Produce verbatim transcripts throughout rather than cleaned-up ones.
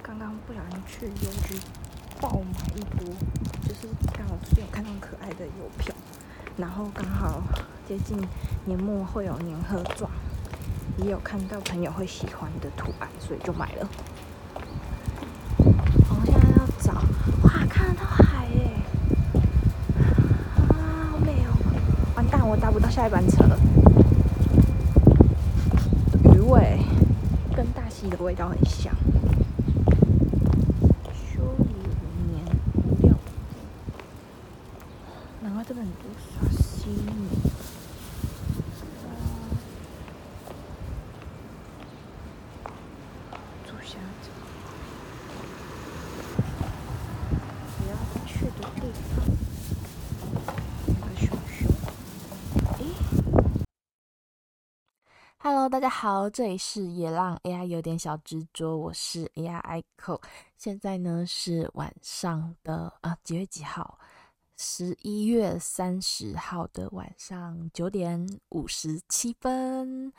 刚刚不小心去邮局爆买一波，就是刚好最近有看到可爱的邮票，然后刚好接近年末会有年贺状，也有看到朋友会喜欢的图案，所以就买了。我现在要找，哇，看得到海耶！啊，好美哦！完蛋，我搭不到下一班车。鱼味跟大溪的味道很像。修理五年无料，难怪这边很多沙西米。猪虾子，我要去的地方。Hello， 大家好，这里是野浪 A I 有点小执着，我是 A I Echo。现在呢是晚上的啊几月几号？十一月三十号的晚上九点五十七分。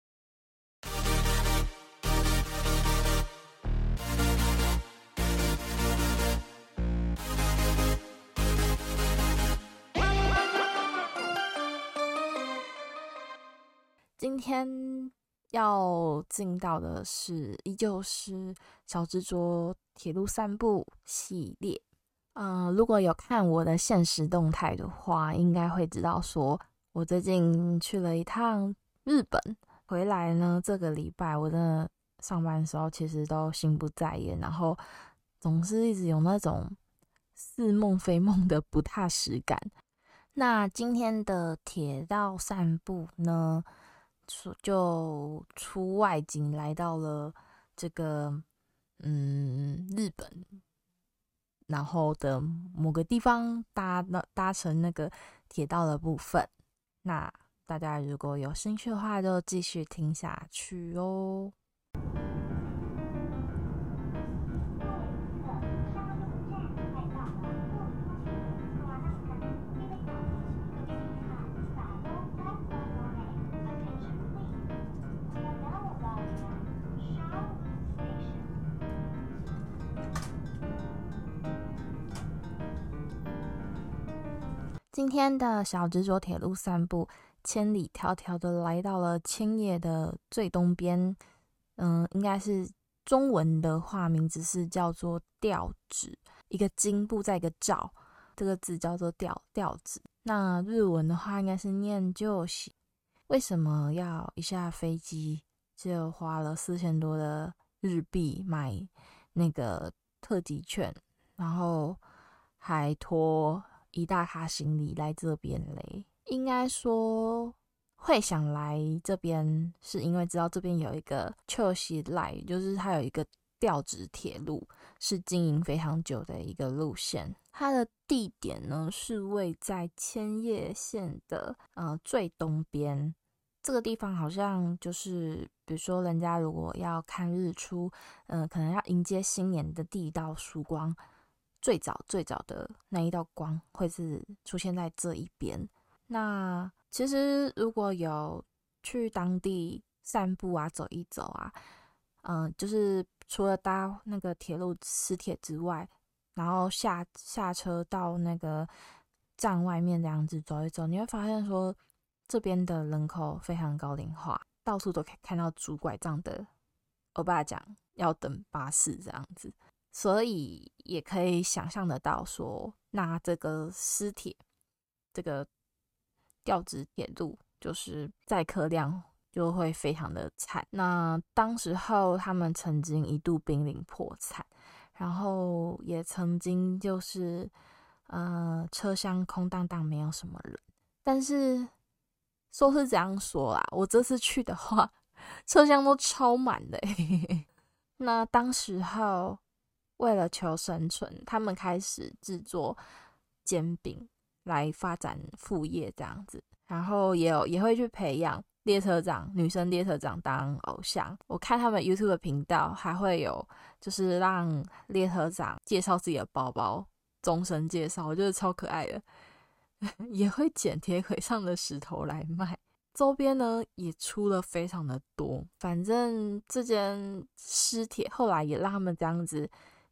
今天要进到的是依旧是小执着铁路散步系列。呃，如果有看我的现实动态的话，应该会知道说我最近去了一趟日本，回来呢这个礼拜我真的上班的时候其实都心不在焉，然后总是一直有那种似梦非梦的不踏实感。那今天的铁道散步呢，就出外景来到了这个嗯日本，然后的某个地方搭搭乘那个铁道的部分。那大家如果有兴趣的话，就继续听下去哦。今天的小执着铁路散步，千里迢迢的来到了千叶的最东边，嗯，应该是中文的话名字是叫做调子，一个金部在一个照，这个字叫做调调子。那日文的话应该是念就喜。为什么要一下飞机就花了四千多的日币买那个特级券，然后还拖一大卡行李来这边嘞？应该说会想来这边是因为知道这边有一个秋喜来，就是它有一个调子铁路，是经营非常久的一个路线。它的地点呢是位在千叶县的呃最东边。这个地方好像就是比如说人家如果要看日出，呃可能要迎接新年的第一道曙光，最早最早的那一道光会是出现在这一边。那其实如果有去当地散步啊走一走啊，嗯、呃，就是除了搭那个铁路磁铁之外，然后下下车到那个站外面这样子走一走，你会发现说这边的人口非常高龄化，到处都可以看到拄拐杖的欧巴讲要等巴士这样子。所以也可以想象得到说，那这个私铁这个调子铁路就是载客量就会非常的惨。那当时候他们曾经一度濒临破产，然后也曾经就是呃车厢空荡荡没有什么人。但是说是这样说啦，我这次去的话车厢都超满的欸那当时候为了求生存，他们开始制作煎饼来发展副业这样子，然后也有也会去培养列车长女生列车长当偶像。我看他们 YouTube 的频道还会有就是让列车长介绍自己的包包，终身介绍，我觉得超可爱的也会捡铁轨上的石头来卖。周边呢也出了非常的多，反正这间私铁后来也让他们这样子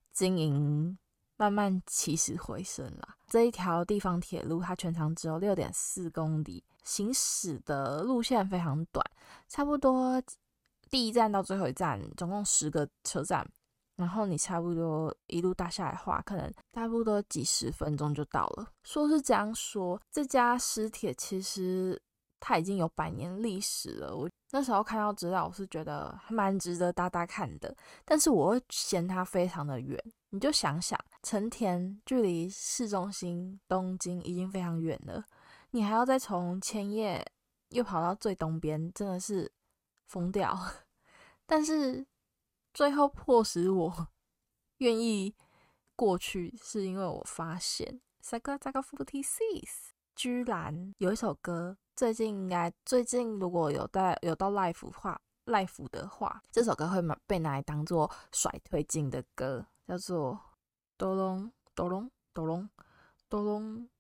经营慢慢起死回生啦。这一条地方铁路它全长只有 六点四公里，行驶的路线非常短，差不多第一站到最后一站总共十个车站，然后你差不多一路搭下来的话，可能差不多几十分钟就到了。说是这样说，这家私铁其实它已经有百年历史了。我那时候看到资料，我是觉得还蛮值得搭搭看的，但是我会嫌它非常的远。你就想想，成田距离市中心东京已经非常远了，你还要再从千叶又跑到最东边，真的是疯掉。但是最后迫使我愿意过去，是因为我发现 Sakura Saga forty-six 居然有一首歌，最近应该最近如果有在有到 live 的话 live 的话，这首歌会被拿来当做甩推进的歌，叫做哆隆哆隆哆隆哆隆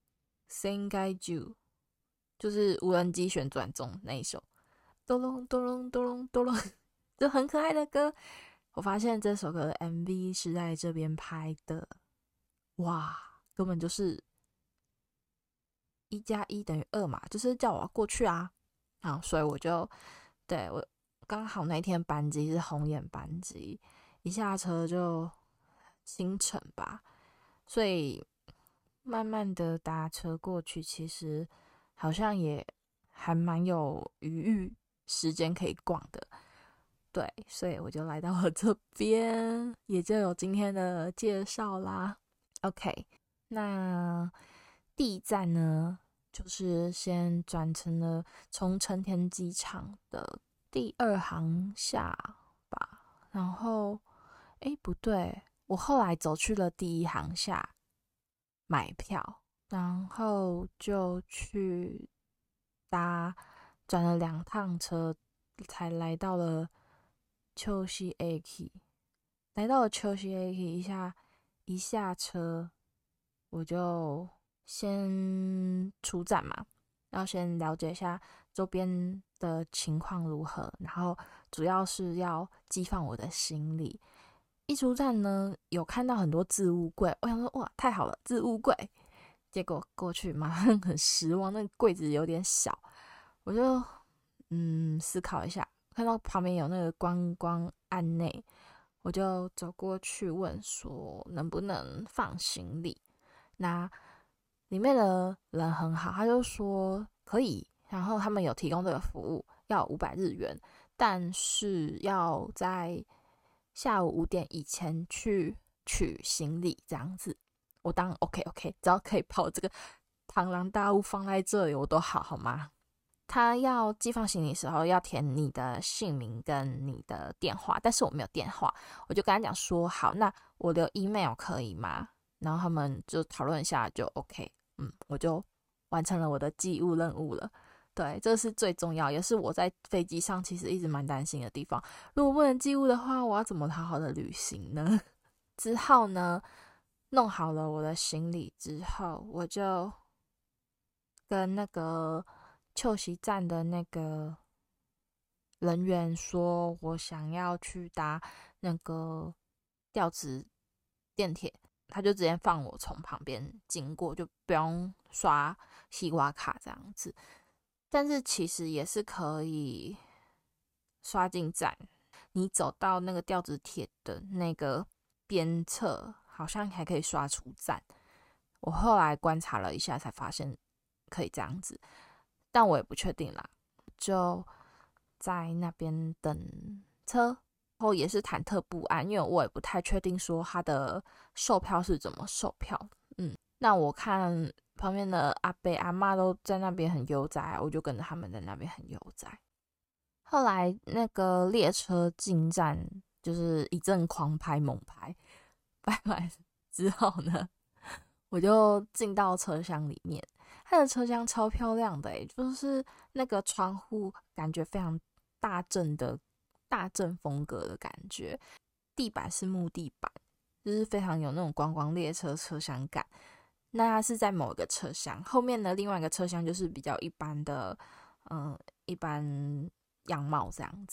Sengaiju， 就是无人机旋转中那一首哆隆哆隆哆隆哆隆，就很可爱的歌。我发现这首歌的 M V 是在这边拍的，哇，根本就是一加一等于二嘛，就是叫我过去啊，好，所以我就对我刚好那天班机是红眼班机，一下车就清晨吧，所以慢慢的搭车过去，其实好像也还蛮有余裕时间可以逛的。对，所以我就来到了这边，也就有今天的介绍啦。OK， 那第一站呢，就是先转成了从成田机场的第二航厦吧。然后，诶，不对，我后来走去了第一航厦买票，然后就去搭，转了两趟车，才来到了秋夕 Aki， 来到了秋夕 Aki， 一下一下车，我就先出站嘛，要先了解一下周边的情况如何，然后主要是要寄放我的行李。一出站呢，有看到很多置物柜，我想说哇，太好了，置物柜。结果过去马上很失望，那个柜子有点小，我就嗯思考一下。看到旁边有那个观光案内，我就走过去问说能不能放行李。那里面的人很好，他就说可以，然后他们有提供这个服务，要五百日元，但是要在下午五点以前去取行李这样子。我当 OK OK， 只要可以把我这个螳螂大物放在这里，我都好好吗？他要寄放行李的时候要填你的姓名跟你的电话，但是我没有电话，我就跟他讲说好，那我留 email 可以吗？然后他们就讨论一下就 OK， 嗯，我就完成了我的寄物任务了。对，这是最重要，也是我在飞机上其实一直蛮担心的地方。如果不能寄物的话，我要怎么好好的旅行呢？之后呢，弄好了我的行李之后，我就跟那个秋夕站的那个人员说我想要去搭那个调子电铁，他就直接放我从旁边经过，就不用刷西瓜卡这样子。但是其实也是可以刷进站，你走到那个调子铁的那个边侧，好像还可以刷出站。我后来观察了一下，才发现可以这样子，但我也不确定啦。就在那边等车，然后也是忐忑不安，因为我也不太确定说他的售票是怎么售票。嗯，那我看旁边的阿伯阿嬷都在那边很悠哉，我就跟着他们在那边很悠哉。后来那个列车进站，就是一阵狂拍猛拍，拍完之后呢，我就进到车厢里面。它的车厢超漂亮的，就是那个窗户感觉非常大正的大正风格的感觉，地板是木地板，就是非常有那种观光列车车厢感。那它是在某一个车厢，后面的另外一个车厢就是比较一般的，嗯、呃，一般样貌这样子。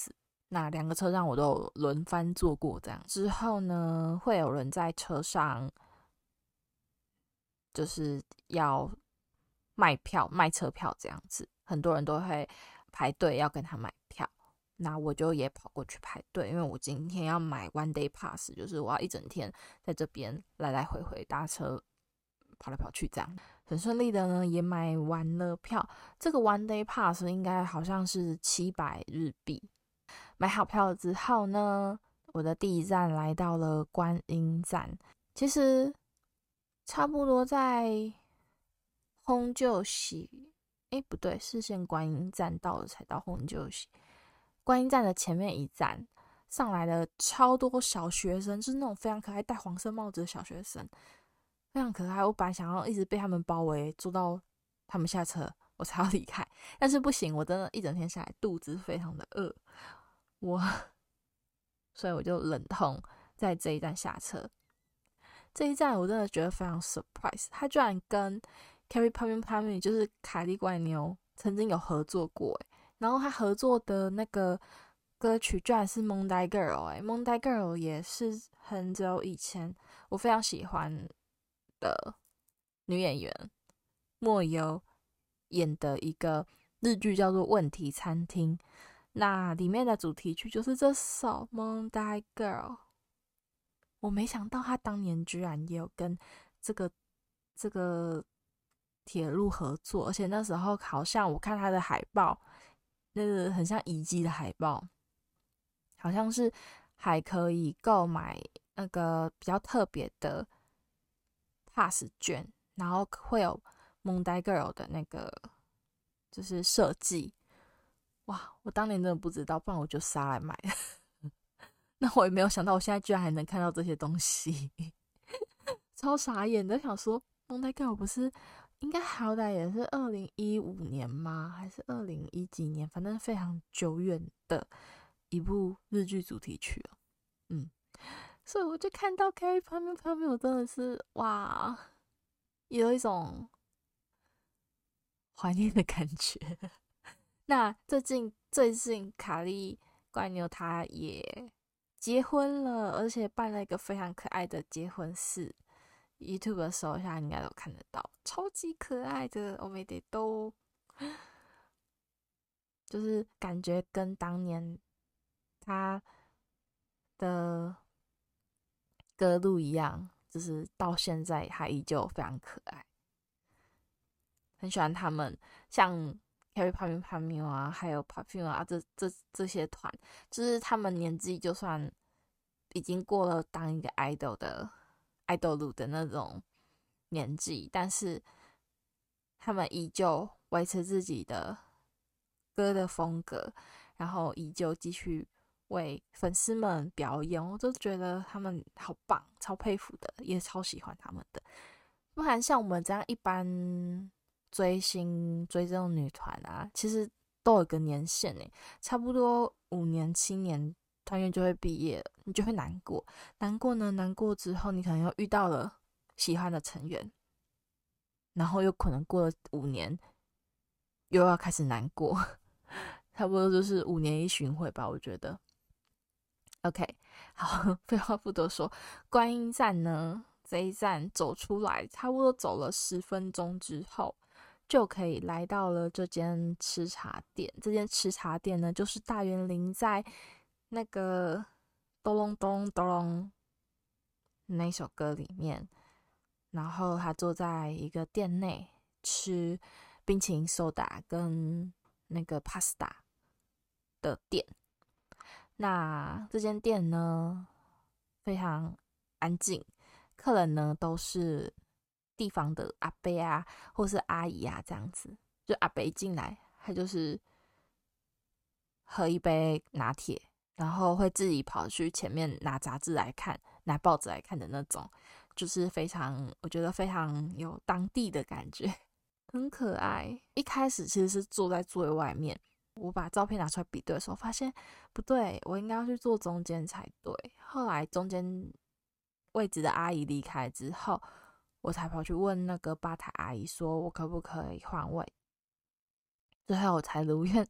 那两个车站我都有轮番坐过，这样之后呢，会有人在车上就是要卖票、卖车票这样子，很多人都会排队要跟他买票。那我就也跑过去排队，因为我今天要买 one day pass， 就是我要一整天在这边来来回回搭车跑来跑去这样。很顺利的呢，也买完了票。这个 one day pass 应该好像是七百日币。买好票了之后呢，我的第一站来到了观音站。其实差不多在烘就喜，诶不对，是先观音站到了才到烘就喜。观音站的前面一站上来了超多小学生，就是那种非常可爱戴黄色帽子的小学生，非常可爱。我本来想要一直被他们包围，坐到他们下车我才要离开，但是不行，我真的一整天下来肚子非常的饿，我所以我就忍痛在这一站下车。这一站我真的觉得非常 surprise， 他居然跟 Carry Pumping Pumping 就是凯莉怪妞曾经有合作过耶，然后他合作的那个歌曲居然是 Monday Girl， 哎 ，Monday Girl 也是很久以前我非常喜欢的女演员莫优演的一个日剧叫做《问题餐厅》，那里面的主题曲就是这首 Monday Girl。我没想到他当年居然也有跟这个这个铁路合作，而且那时候好像我看他的海报，那个很像遗迹的海报，好像是还可以购买那个比较特别的 pass 券，然后会有 Monday Girl 的那个就是设计。哇，我当年真的不知道，不然我就杀来买了。那我也没有想到，我现在居然还能看到这些东西，超傻眼的。想说，Monday Girl 不是应该好歹也是二零一五年吗？还是二零一几年？反正非常久远的一部日剧主题曲哦。嗯，所以我就看到 Carry Pumping Pumping， 我真的是哇，有一种怀念的感觉。那最近最近卡莉怪妞她也结婚了，而且办了一个非常可爱的结婚式 ，YouTube 的搜一下应该都看得到，超级可爱的，我们得都就是感觉跟当年他的歌路一样，就是到现在还依旧非常可爱，很喜欢他们，像 Carry Pumping Pumping 啊，还有 Perfume 啊，这这这些团，就是他们年纪就算已经过了当一个 idol 的 idol 的那种年纪，但是他们依旧维持自己的歌的风格，然后依旧继续为粉丝们表演，我就觉得他们好棒，超佩服的，也超喜欢他们的。不然像我们这样一般追星追这种女团啊，其实都有个年限诶，差不多五年七年团员就会毕业了，你就会难过。难过呢，难过之后你可能又遇到了喜欢的成员，然后又可能过了五年又要开始难过，差不多就是五年一巡回吧，我觉得。OK， 好，废话不多说，观音站呢，这一站走出来，差不多走了十分钟之后，就可以来到了这间吃茶店。这间吃茶店呢，就是大园林在那个咚隆咚咚隆那首歌里面，然后他坐在一个店内吃冰淇淋、soda 跟那个 pasta 的店。那这间店呢非常安静，客人呢都是地方的阿伯啊或是阿姨啊这样子，就阿伯进来他就是喝一杯拿铁，然后会自己跑去前面拿杂志来看，拿报纸来看的那种，就是非常我觉得非常有当地的感觉，很可爱。一开始其实是坐在座位外面，我把照片拿出来比对的时候，发现不对，我应该要去坐中间才对。后来中间位置的阿姨离开之后，我才跑去问那个吧台阿姨说，我可不可以换位？最后我才如愿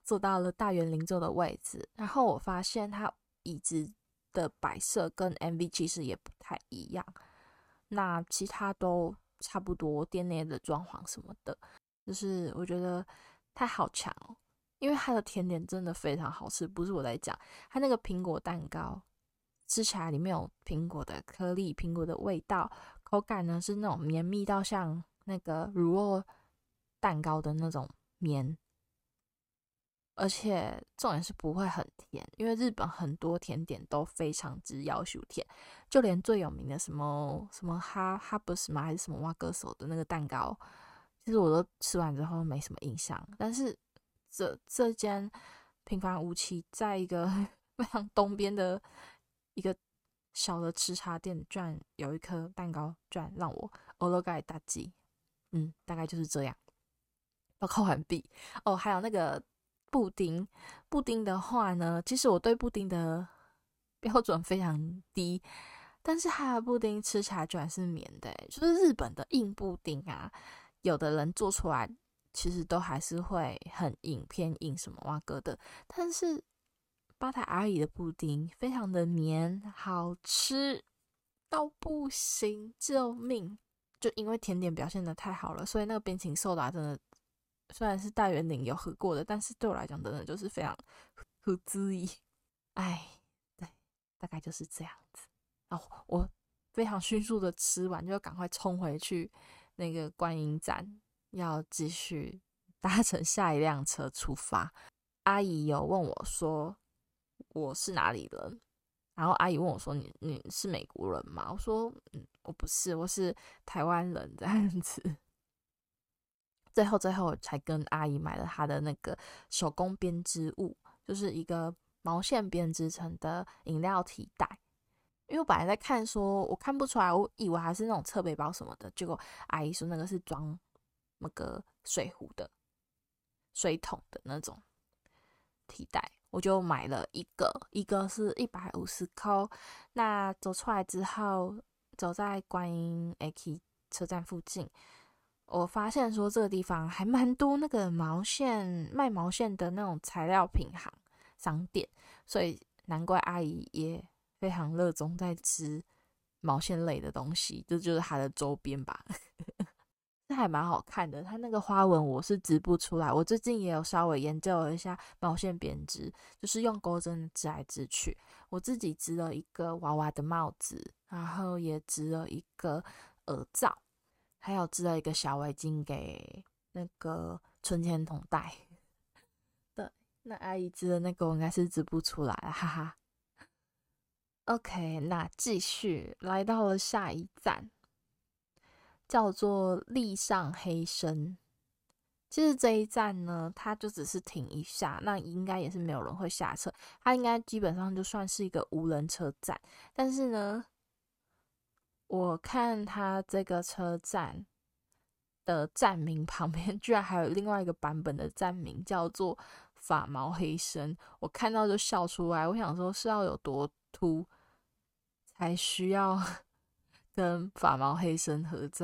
坐到了大园邻座的位置，然后我发现它椅子的摆设跟 M V 其实也不太一样，那其他都差不多，店内的装潢什么的，就是我觉得它好强哦，因为它的甜点真的非常好吃，不是我在讲，它那个苹果蛋糕吃起来里面有苹果的颗粒，苹果的味道，口感呢是那种绵密到像那个乳酪蛋糕的那种绵，而且重点是不会很甜，因为日本很多甜点都非常之要求甜，就连最有名的什么什么哈哈布什么还是什么蛙歌手的那个蛋糕，其实我都吃完之后没什么印象。但是这这间平凡无奇在一个非常东边的一个小的吃茶店，居然有一颗蛋糕，居然让我欧罗盖大吉，嗯，大概就是这样。报告完毕哦，还有那个。布丁，布丁的话呢，其实我对布丁的标准非常低，但是它的布丁吃起来居然是绵的，就是日本的硬布丁啊，有的人做出来其实都还是会很硬偏硬什么哇哥的，但是吧台阿姨的布丁非常的绵，好吃到不行，救命！就因为甜点表现的太好了，所以那个冰淇淋寿打真的。虽然是大园林有喝过的，但是对我来讲真的就是非常合之意。哎，对，大概就是这样子。然后我非常迅速的吃完，就赶快冲回去那个观音站，要继续搭乘下一辆车出发。阿姨有问我说我是哪里人，然后阿姨问我说你你是美国人吗？我说嗯，我不是，我是台湾人这样子。最后最后才跟阿姨买了她的那个手工编织物，就是一个毛线编织成的饮料提袋。因为我本来在看说我看不出来，我以为还是那种侧背包什么的，结果阿姨说那个是装那个水壶的水桶的那种提袋，我就买了一个，一个是一百五十块。那走出来之后，走在观音 A K 车站附近，我发现说这个地方还蛮多那个毛线卖毛线的那种材料品行商店，所以难怪阿姨也非常热衷在吃毛线类的东西，这就是它的周边吧。这还蛮好看的，它那个花纹我是织不出来，我最近也有稍微研究了一下毛线编织，就是用钩针织来织去。我自己织了一个娃娃的帽子，然后也织了一个耳罩，还有织了一个小围巾给那个存钱筒戴。对，那阿姨织的那个我应该是织不出来了，哈哈。OK， 那继续来到了下一站，叫做立上黑生。其实这一站呢，它就只是停一下，那应该也是没有人会下车，它应该基本上就算是一个无人车站。但是呢，我看它这个车站的站名旁边居然还有另外一个版本的站名叫做发毛黑生，我看到就笑出来。我想说是要有多秃才需要跟发毛黑生合照，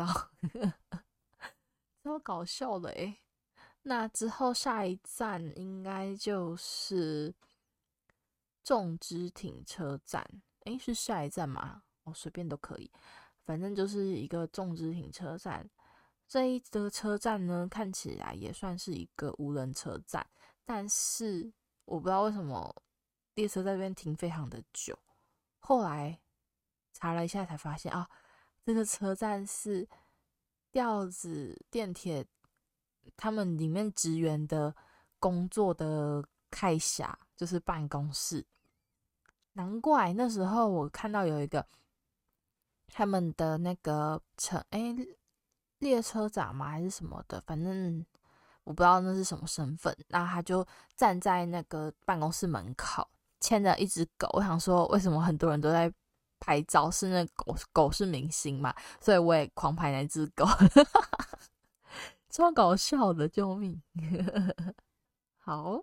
超搞笑的欸。那之后下一站应该就是重之町车站，诶，是下一站吗？哦，随便都可以，反正就是一个重之町车站。这一个车站呢，看起来也算是一个无人车站，但是我不知道为什么列车在这边停非常的久。后来查了一下才发现啊，这个车站是调子电铁他们里面职员的工作的开匣，就是办公室。难怪那时候我看到有一个他们的那个乘哎列车长嘛还是什么的，反正我不知道那是什么身份。那他就站在那个办公室门口，牵着一只狗。我想说，为什么很多人都在拍照？是那狗狗是明星嘛？所以我也狂拍那只狗。超搞笑的，救命！好，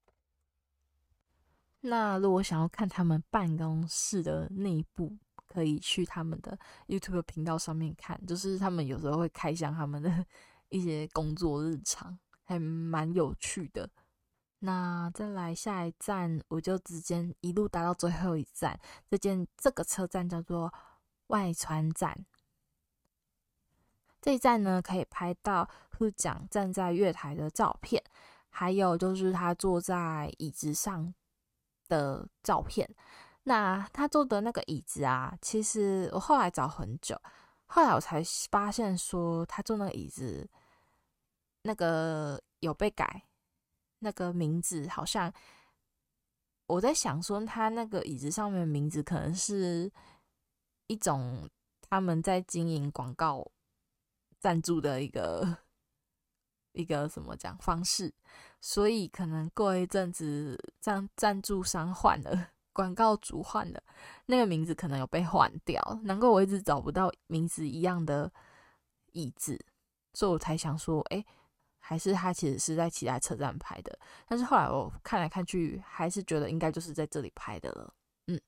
那如果想要看他们办公室的内部，可以去他们的 YouTube 频道上面看，就是他们有时候会开箱他们的一些工作日常，还蛮有趣的。 那再来下一站，我就直接一路搭到最后一站。这间这个车站叫做外川站。这一站呢，可以拍到户长站在月台的照片，还有就是他坐在椅子上的照片。那他坐的那个椅子啊，其实我后来找很久，后来我才发现说，他坐那个椅子那个有被改。那个名字好像，我在想说，他那个椅子上面的名字可能是一种他们在经营广告赞助的一个一个什么讲方式，所以可能过一阵子赞赞助商换了，广告主换了，那个名字可能有被换掉，难怪我一直找不到名字一样的椅子，所以我才想说，哎、欸。还是他其实是在其他车站拍的，但是后来我看来看去，还是觉得应该就是在这里拍的了。嗯，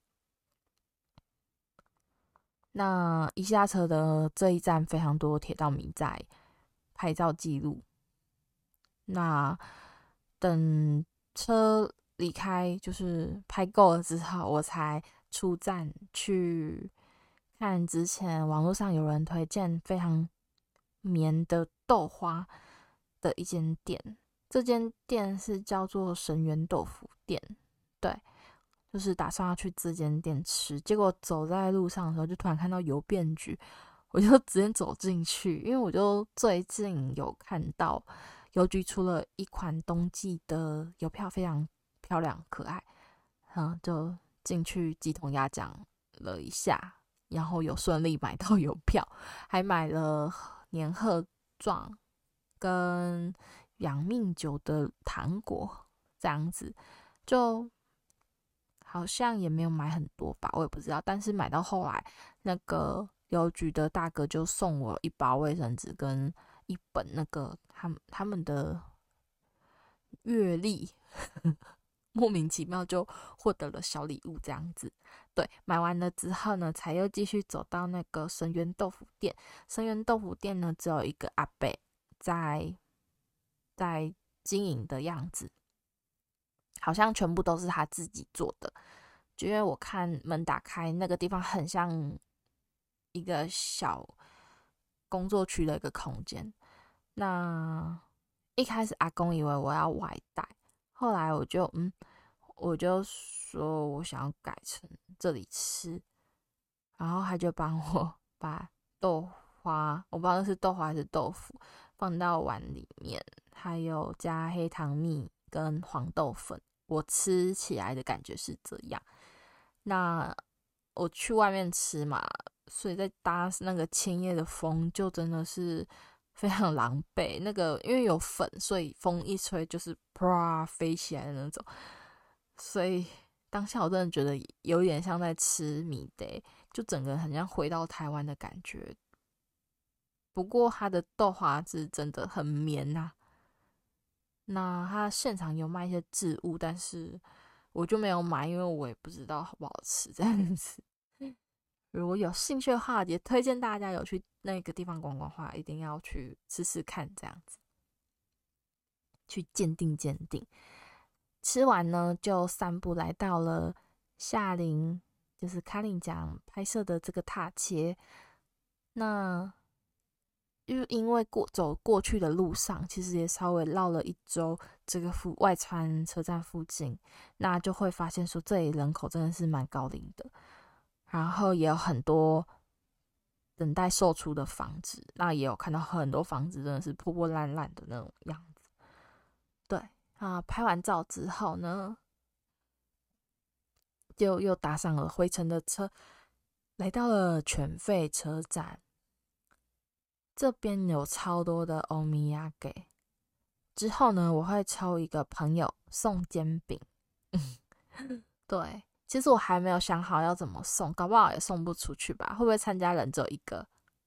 那一下车的这一站非常多铁道迷在拍照记录。那等车离开，就是拍够了之后，我才出站去看之前网络上有人推荐非常绵的豆花的一间店，这间店是叫做神原豆腐店，对，就是打算要去这间店吃，结果走在路上的时候，就突然看到邮便局，我就直接走进去，因为我就最近有看到邮局出了一款冬季的邮票，非常漂亮可爱，嗯，就进去鸡同鸭讲了一下，然后有顺利买到邮票，还买了年贺状跟养命酒的糖果，这样子，就好像也没有买很多吧，我也不知道。但是买到后来，那个邮局的大哥就送我一包卫生纸跟一本那个他们他们的月历，莫名其妙就获得了小礼物，这样子。对，买完了之后呢，才又继续走到那个神原豆腐店。神原豆腐店呢，只有一个阿伯在在经营的样子，好像全部都是他自己做的。就因为我看门打开，那个地方很像一个小工作区的一个空间。那一开始阿公以为我要外带，后来我就嗯，我就说我想要改成这里吃，然后他就帮我把豆花，我不知道那是豆花还是豆腐，放到碗里面，还有加黑糖蜜跟黄豆粉。我吃起来的感觉是这样。那我去外面吃嘛，所以在搭那个千叶的风，就真的是非常狼狈。那个因为有粉，所以风一吹就是啪飞起来的那种。所以当下我真的觉得有点像在吃米得，就整个很像回到台湾的感觉。不过它的豆花是真的很绵啊。那它现场有卖一些置物，但是我就没有买，因为我也不知道好不好吃这样子。如果有兴趣的话，也推荐大家有去那个地方逛逛的话，一定要去吃吃看，这样子去鉴定鉴定。吃完呢，就散步来到了夏林，就是卡林奖拍摄的这个塔切。那就因为过走过去的路上，其实也稍微绕了一周，这个附外川车站附近，那就会发现说这里人口真的是蛮高龄的，然后也有很多等待售出的房子，那也有看到很多房子真的是破破烂烂的那种样子。对啊，拍完照之后呢，就又搭上了回程的车，来到了犬吠车站。这边有超多的欧米亚给，之后呢，我会抽一个朋友送煎饼。对，其实我还没有想好要怎么送，搞不好也送不出去吧？会不会参加人只有一个？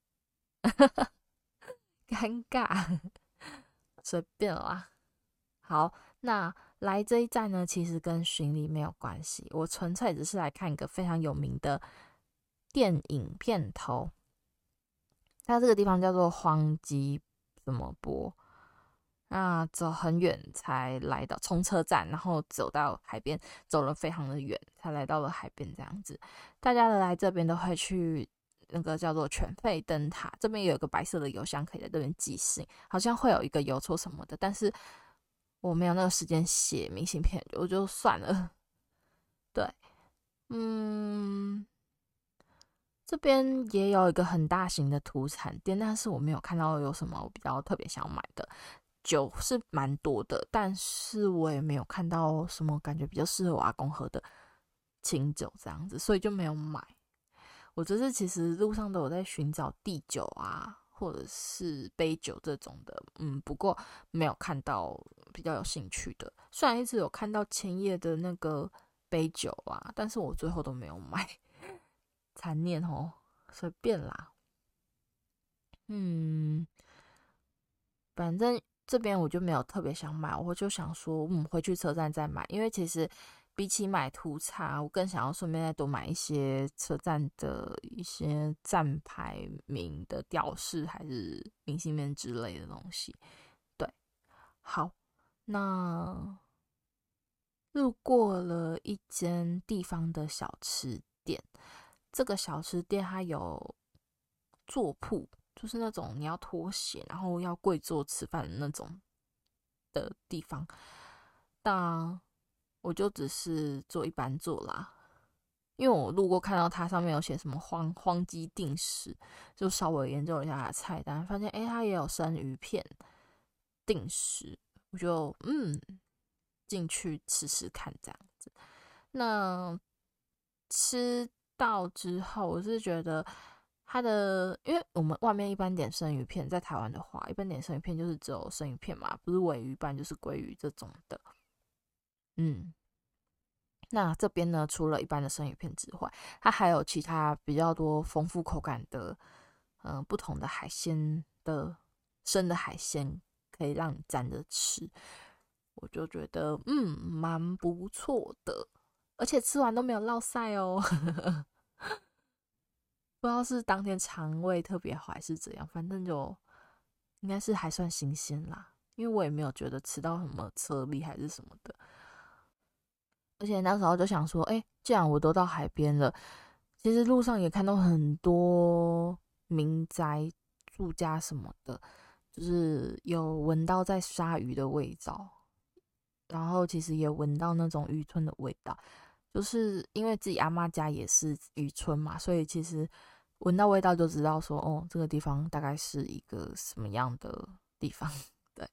尴尬，随便啦。好，那来这一站呢，其实跟巡礼没有关系，我纯粹只是来看一个非常有名的电影片头。它这个地方叫做荒基什么波， 那走很远才来到，从车站然后走到海边，走了非常的远才来到了海边这样子。大家来这边都会去那个叫做全费灯塔，这边有一个白色的邮箱可以在这边寄信，好像会有一个邮戳什么的，但是我没有那个时间写明信片，我就算了。对，嗯，这边也有一个很大型的土产店，但是我没有看到有什么我比较特别想要买的。酒是蛮多的，但是我也没有看到什么感觉比较适合我阿公喝的清酒这样子，所以就没有买。我这次其实路上都有在寻找地酒啊，或者是杯酒这种的，嗯，不过没有看到比较有兴趣的。虽然一直有看到千叶的那个杯酒啊，但是我最后都没有买，残念哦，随便啦。嗯，反正这边我就没有特别想买，我就想说，嗯，回去车站再买，因为其实比起买土茶，我更想要顺便再多买一些车站的一些站牌名的吊饰，还是明信片之类的东西。对，好，那路过了一间地方的小吃店，这个小吃店它有坐铺，就是那种你要脱鞋，然后要跪坐吃饭的那种的地方。但我就只是坐一般座啦，因为我路过看到它上面有写什么荒荒鸡定食，就稍微研究一下它的菜单，发现诶它也有生鱼片定食，我就嗯进去吃吃看这样子。那吃到之后，我是觉得它的，因为我们外面一般点生鱼片，在台湾的话，一般点生鱼片就是只有生鱼片嘛，不是鲔鱼，不然就是鲑鱼这种的。嗯，那这边呢，除了一般的生鱼片之外，它还有其他比较多丰富口感的，嗯、呃，不同的海鲜的生的海鲜可以让你蘸着吃，我就觉得嗯蛮不错的，而且吃完都没有落腮哦。不知道是当天肠胃特别好还是怎样，反正就应该是还算新鲜啦，因为我也没有觉得吃到什么车力还是什么的。而且那时候就想说，哎、欸，既然我都到海边了，其实路上也看到很多民宅、住家什么的，就是有闻到在杀鱼的味道，然后其实也闻到那种渔村的味道，就是因为自己阿妈家也是渔村嘛，所以其实闻到味道就知道说，哦，这个地方大概是一个什么样的地方。对，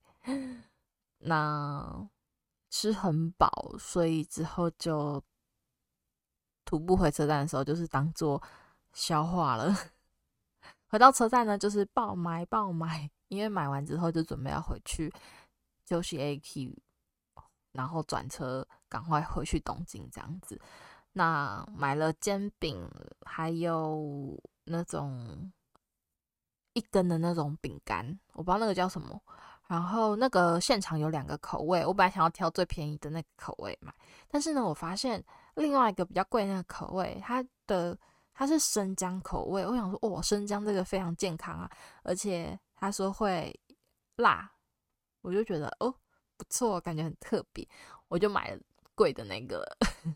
那吃很饱，所以之后就徒步回车站的时候，就是当做消化了。回到车站呢，就是爆买爆买，因为买完之后就准备要回去休息 A K， 然后转车赶快回去东京这样子。那买了煎饼，还有那种一根的那种饼干，我不知道那个叫什么。然后那个现场有两个口味，我本来想要挑最便宜的那个口味买，但是呢，我发现另外一个比较贵的那个口味，它的它是生姜口味。我想说，哦，生姜这个非常健康啊，而且他说会辣，我就觉得哦不错，感觉很特别，我就买了贵的那个了。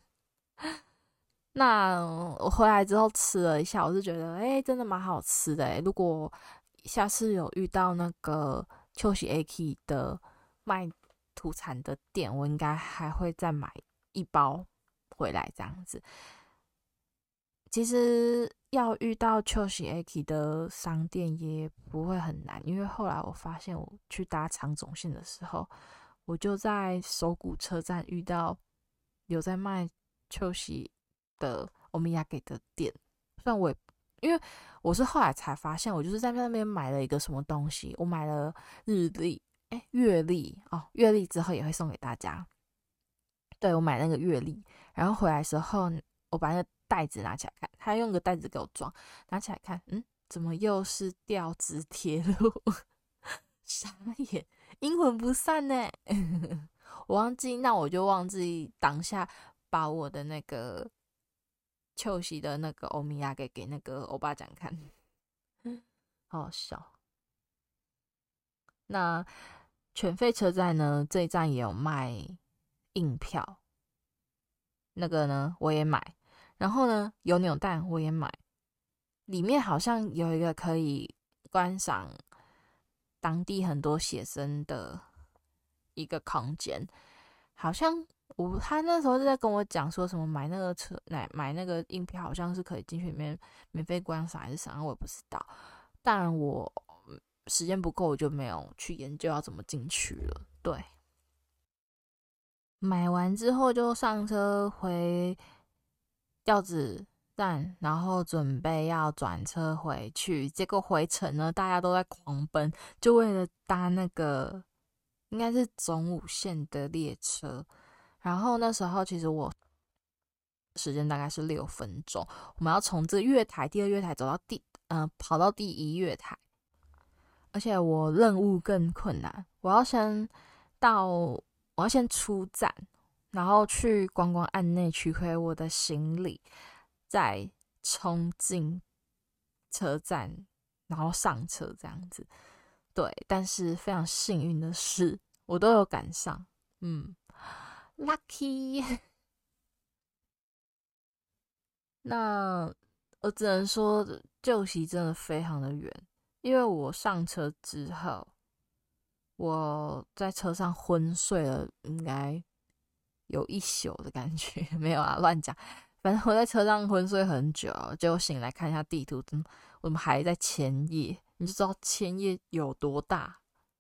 那我回来之后吃了一下，我是觉得，哎、欸，真的蛮好吃的哎。如果下次有遇到那个秋喜 A K 的卖土产的店，我应该还会再买一包回来这样子。其实要遇到秋喜 A K 的商店也不会很难，因为后来我发现我去搭长总线的时候，我就在首谷车站遇到有在卖秋喜的欧米亚给的店。虽然我也因为我是后来才发现，我就是在那边买了一个什么东西，我买了日历，哎，月历哦，月历之后也会送给大家。对，我买那个月历，然后回来的时候，我把那个袋子拿起来看，他用个袋子给我装，拿起来看，嗯，怎么又是吊子贴路？傻眼，阴魂不散呢。我忘记，那我就忘记当下把我的那个秋喜的那个欧米亚给给那个欧巴讲看，好好笑。那犬吠车站呢，这一站也有卖硬票，那个呢我也买，然后呢有扭蛋我也买，里面好像有一个可以观赏当地很多写生的一个空间，好像我他那时候就在跟我讲说什么买那个车买买那个硬票好像是可以进去里面免费观赏还是啥，我也不知道。当然我时间不够，我就没有去研究要怎么进去了。对，买完之后就上车回调子站，然后准备要转车回去。结果回程呢，大家都在狂奔，就为了搭那个应该是总武线的列车。然后那时候其实我时间大概是六分钟，我们要从这个月台第二月台走到第呃跑到第一月台。而且我任务更困难，我要先到，我要先出站，然后去观光案内取回我的行李，再冲进车站，然后上车这样子。对，但是非常幸运的是，我都有赶上，嗯 ，lucky 。那我只能说，旧席真的非常的远。因为我上车之后，我在车上昏睡了，应该有一宿的感觉，没有啊，乱讲。反正我在车上昏睡很久，结果醒来看一下地图，我们还在千叶，你就知道千叶有多大。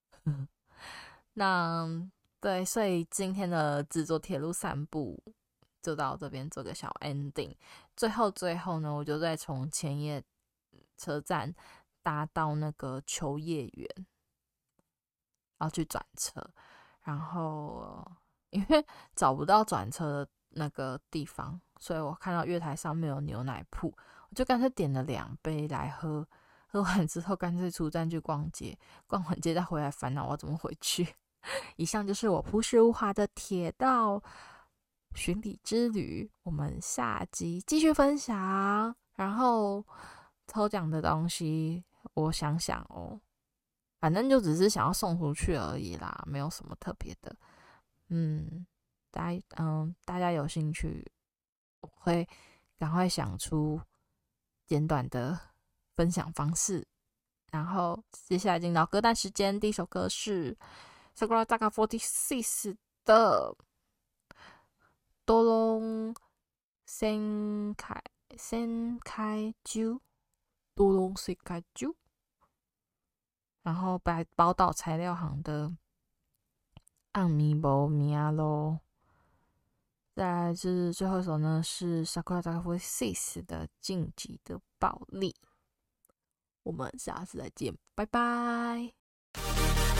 那对，所以今天的制作铁路散步就到这边做个小 ending。最后最后呢，我就再从千叶车站搭到那个秋叶原，然后去转车，然后因为找不到转车的那个地方，所以我看到月台上面有牛奶铺，我就干脆点了两杯来喝，喝完之后干脆出站去逛街，逛完街再回来烦恼我怎么回去。以上就是我朴实无华的铁道巡礼之旅，我们下集继续分享，然后抽奖的东西我想想哦，反正就只是想要送出去而已啦，没有什么特别的。嗯，大家嗯，大家有兴趣，我会赶快想出简短的分享方式。然后接下来进到歌单时间，第一首歌是 Sakura Daka forty-six 的多隆先开先开酒，多隆先开酒。然后百宝岛材料行的暗迷无名咯。再来是最后一首呢，是 Sakura Daka forty-six 的晋级的暴力。我们下次再见，拜拜。